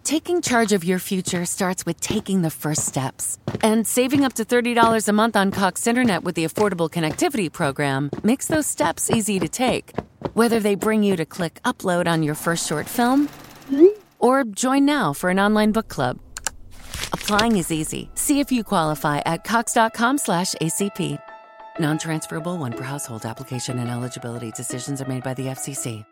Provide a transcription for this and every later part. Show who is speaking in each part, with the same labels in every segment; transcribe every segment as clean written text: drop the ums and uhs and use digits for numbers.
Speaker 1: Taking charge of your future starts with taking the first steps. And saving up to $30 a month on Cox Internet with the Affordable Connectivity Program makes those steps easy to take. Whether they bring you to click upload on your first short film or join now for an online book club. Applying is easy. See if you qualify at cox.com/ACP. Non-transferable one per household. Application and eligibility decisions are made by the FCC.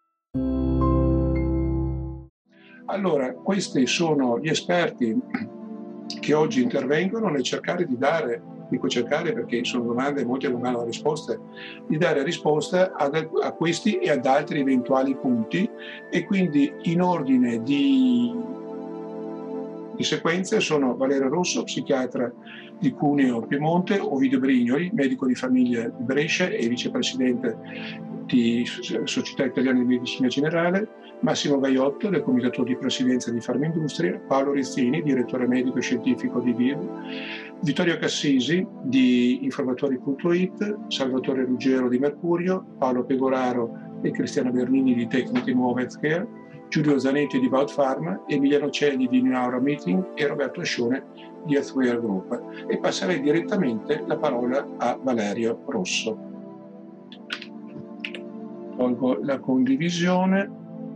Speaker 2: Allora, questi sono gli esperti che oggi intervengono nel cercare di dare, dico cercare perché sono domande, molte non hanno risposte, di dare risposta a questi e ad altri eventuali punti, e quindi in ordine di sequenze sono Valerio Rosso, psichiatra di Cuneo Piemonte, Ovidio Brignoli, medico di famiglia di Brescia e vicepresidente di Società Italiana di Medicina Generale, Massimo Gaiotto del Comitato di Presidenza di Farmindustria, Paolo Rizzini, direttore medico e scientifico di VIV, Vittorio Cassisi di Informatori.it, Salvatore Ruggero di Mercurio, Paolo Pegoraro e Cristiano Bernini di Tecniche Nuove Healthcare, Giulio Zanetti di Baut Pharma, Emiliano Celli di Neuro Meeting e Roberto Ascione di Healthware Group. E passerei direttamente la parola a Valerio Rosso. Tolgo la condivisione.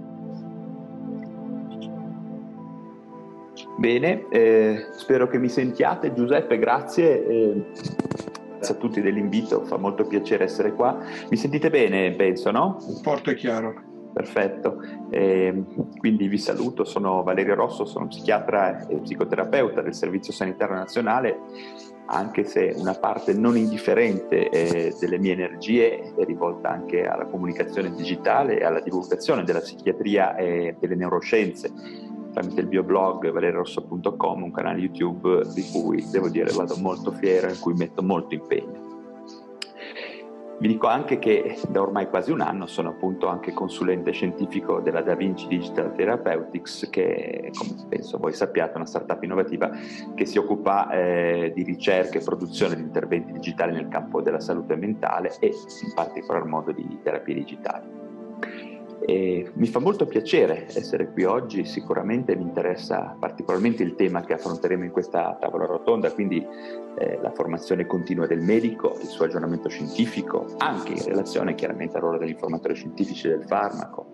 Speaker 3: Bene, spero che mi sentiate. Giuseppe, grazie. Grazie a tutti dell'invito, fa molto piacere essere qua. Mi sentite bene, penso, no?
Speaker 2: Forte e chiaro.
Speaker 3: Perfetto, quindi vi saluto, sono Valerio Rosso, sono psichiatra e psicoterapeuta del Servizio Sanitario Nazionale, anche se una parte non indifferente delle mie energie è rivolta anche alla comunicazione digitale e alla divulgazione della psichiatria e delle neuroscienze tramite il mio blog valeriorosso.com, un canale YouTube di cui devo dire vado molto fiero, in cui metto molto impegno. Vi dico anche che da ormai quasi un anno sono appunto anche consulente scientifico della Da Vinci Digital Therapeutics, che come penso voi sappiate è una startup innovativa che si occupa di ricerca e produzione di interventi digitali nel campo della salute mentale e in particolar modo di terapie digitali. E mi fa molto piacere essere qui oggi, sicuramente mi interessa particolarmente il tema che affronteremo in questa tavola rotonda, quindi la formazione continua del medico, il suo aggiornamento scientifico, anche in relazione chiaramente al ruolo degli informatori scientifici del farmaco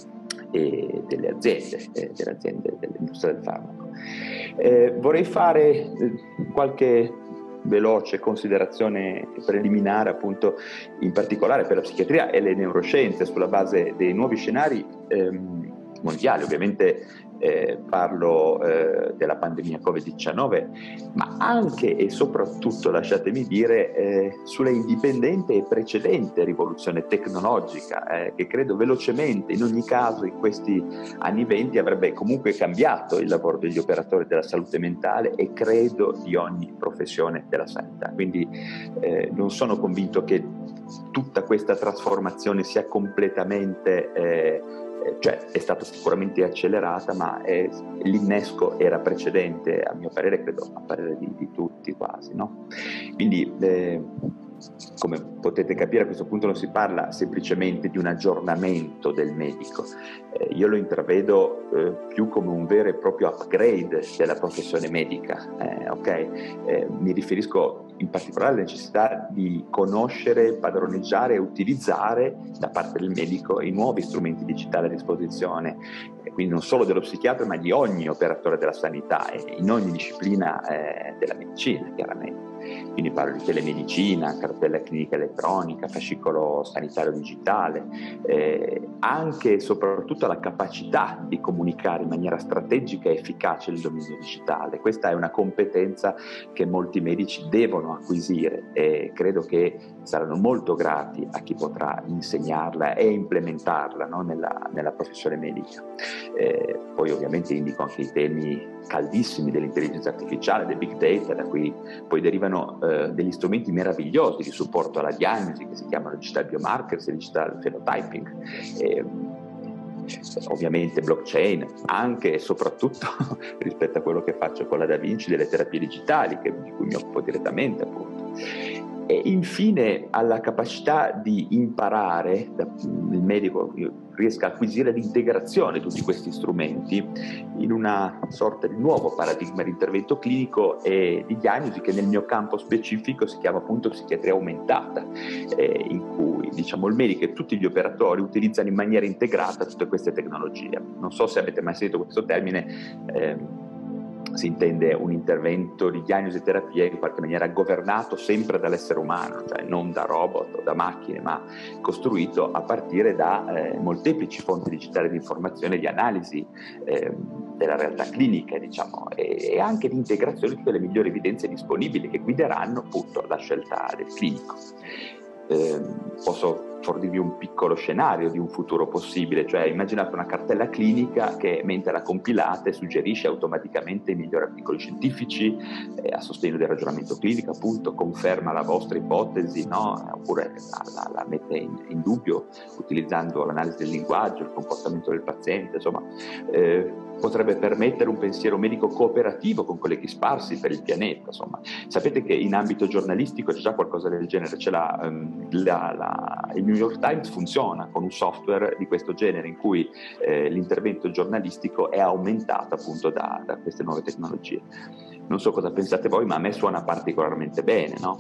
Speaker 3: e delle aziende dell'industria del farmaco. Vorrei fare qualche veloce considerazione preliminare appunto in particolare per la psichiatria e le neuroscienze sulla base dei nuovi scenari mondiali. Ovviamente parlo della pandemia Covid-19, ma anche e soprattutto, lasciatemi dire, sulla indipendente e precedente rivoluzione tecnologica che credo velocemente, in ogni caso in questi anni 20, avrebbe comunque cambiato il lavoro degli operatori della salute mentale e credo di ogni professione della sanità. Quindi non sono convinto che tutta questa trasformazione sia completamente cioè è stata sicuramente accelerata, ma l'innesco era precedente, a mio parere, credo a parere di tutti quasi, no? Quindi come potete capire, a questo punto non si parla semplicemente di un aggiornamento del medico, io lo intravedo più come un vero e proprio upgrade della professione medica, mi riferisco in particolare alla necessità di conoscere, padroneggiare e utilizzare da parte del medico i nuovi strumenti digitali a disposizione, quindi non solo dello psichiatra ma di ogni operatore della sanità e in ogni disciplina della medicina, chiaramente. Quindi parlo di telemedicina, cartella clinica elettronica, fascicolo sanitario digitale, anche e soprattutto la capacità di comunicare in maniera strategica e efficace il dominio digitale. Questa è una competenza che molti medici devono acquisire e credo che saranno molto grati a chi potrà insegnarla e implementarla, no, nella professione medica. Poi ovviamente indico anche i temi caldissimi dell'intelligenza artificiale, del big data, da cui poi derivano degli strumenti meravigliosi di supporto alla diagnosi che si chiamano digital biomarkers e digital phenotyping, ovviamente blockchain, anche e soprattutto rispetto a quello che faccio con la Da Vinci, delle terapie digitali di cui mi occupo direttamente appunto. E infine alla capacità di imparare, il medico riesca a acquisire l'integrazione di tutti questi strumenti in una sorta di nuovo paradigma di intervento clinico e di diagnosi che nel mio campo specifico si chiama appunto psichiatria aumentata, in cui diciamo il medico e tutti gli operatori utilizzano in maniera integrata tutte queste tecnologie. Non so se avete mai sentito questo termine. Si intende un intervento di diagnosi e terapia in qualche maniera governato sempre dall'essere umano, cioè non da robot o da macchine, ma costruito a partire da molteplici fonti digitali di informazione e di analisi della realtà clinica, diciamo, e anche di integrazione di tutte le migliori evidenze disponibili che guideranno appunto la scelta del clinico. Posso fornirvi un piccolo scenario di un futuro possibile, cioè immaginate una cartella clinica che mentre la compilate suggerisce automaticamente i migliori articoli scientifici a sostegno del ragionamento clinico, appunto conferma la vostra ipotesi, no? Oppure la mette in dubbio utilizzando l'analisi del linguaggio, il comportamento del paziente, insomma potrebbe permettere un pensiero medico cooperativo con colleghi sparsi per il pianeta. Insomma, sapete che in ambito giornalistico c'è già qualcosa del genere, c'è il New York Times funziona con un software di questo genere in cui l'intervento giornalistico è aumentato appunto da queste nuove tecnologie. Non so cosa pensate voi, ma a me suona particolarmente bene, no?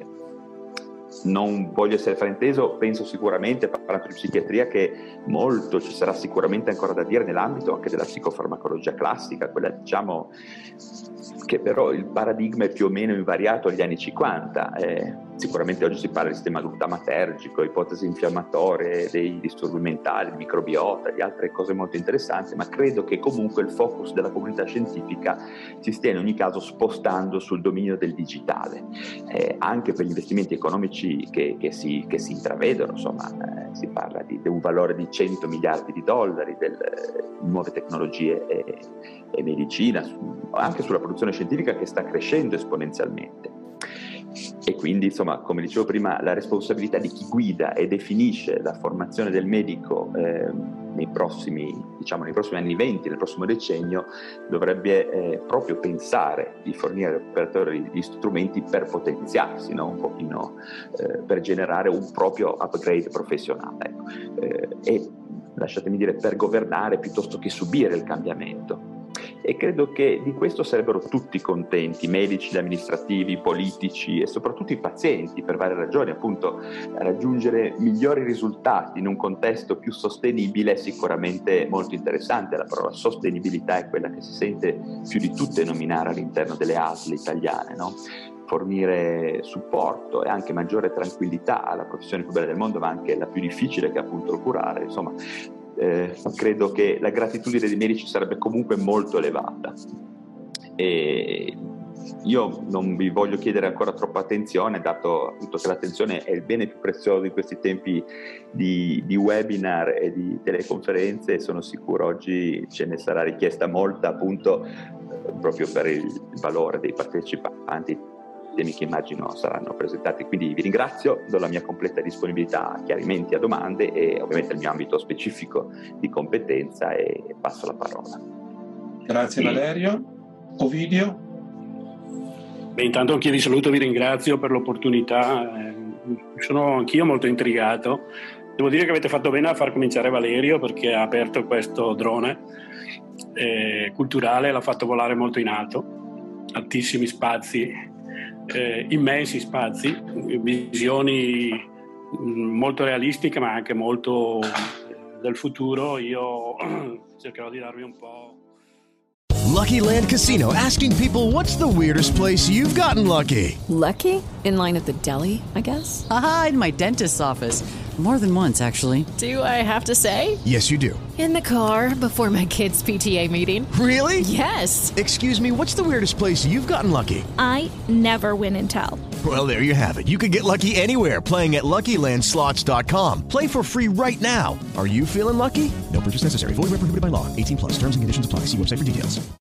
Speaker 3: Non voglio essere frainteso, penso sicuramente, parlando di psichiatria, che molto ci sarà sicuramente ancora da dire nell'ambito anche della psicofarmacologia classica, quella diciamo che però il paradigma è più o meno invariato agli anni 50. Sicuramente oggi si parla di sistema glutamatergico, ipotesi infiammatorie, dei disturbi mentali, di microbiota, di altre cose molto interessanti, ma credo che comunque il focus della comunità scientifica si stia in ogni caso spostando sul dominio del digitale, anche per gli investimenti economici che si intravedono. Insomma, si parla di un valore di $100 miliardi delle nuove tecnologie e medicina, anche sulla produzione scientifica che sta crescendo esponenzialmente. E quindi, insomma, come dicevo prima, la responsabilità di chi guida e definisce la formazione del medico nei prossimi anni 20, nel prossimo decennio, dovrebbe proprio pensare di fornire agli operatori gli strumenti per potenziarsi, no? Un pochino per generare un proprio upgrade professionale, ecco. E lasciatemi dire, per governare piuttosto che subire il cambiamento. E credo che di questo sarebbero tutti contenti, medici, amministrativi, politici e soprattutto i pazienti, per varie ragioni. Appunto, raggiungere migliori risultati in un contesto più sostenibile è sicuramente molto interessante. La parola sostenibilità è quella che si sente più di tutte nominare all'interno delle ASL italiane, no? Fornire supporto e anche maggiore tranquillità alla professione più bella del mondo, ma anche la più difficile, che è appunto il curare. Insomma, credo che la gratitudine dei medici sarebbe comunque molto elevata. E io non vi voglio chiedere ancora troppa attenzione, dato appunto che l'attenzione è il bene più prezioso in questi tempi di webinar e di teleconferenze, e sono sicuro oggi ce ne sarà richiesta molta, appunto proprio per il valore dei partecipanti, temi che immagino saranno presentati. Quindi vi ringrazio, do la mia completa disponibilità a chiarimenti, a domande e ovviamente il mio ambito specifico di competenza, e passo la parola.
Speaker 2: Grazie Valerio. Ovidio?
Speaker 4: Beh, intanto anch'io vi saluto e vi ringrazio per l'opportunità. Sono anch'io molto intrigato. Devo dire che avete fatto bene a far cominciare Valerio, perché ha aperto questo drone culturale, l'ha fatto volare molto in alto, altissimi spazi, immensi spazi, visioni molto realistiche ma anche molto del futuro. Io cercherò di darvi un po'.
Speaker 5: Lucky Land Casino, asking people, what's the weirdest place you've gotten lucky?
Speaker 6: Lucky? In line at the deli, I guess?
Speaker 7: Aha, in my dentist's office. More than once, actually.
Speaker 6: Do I have to say?
Speaker 5: Yes, you do.
Speaker 6: In the car before my kids' PTA meeting.
Speaker 5: Really?
Speaker 6: Yes.
Speaker 5: Excuse me, what's the weirdest place you've gotten lucky?
Speaker 8: I never win and tell.
Speaker 5: Well, there you have it. You can get lucky anywhere, playing at LuckyLandSlots.com. Play for free right now. Are you feeling lucky? No purchase necessary. Void where prohibited by law. 18+. Terms and conditions apply. See website for details.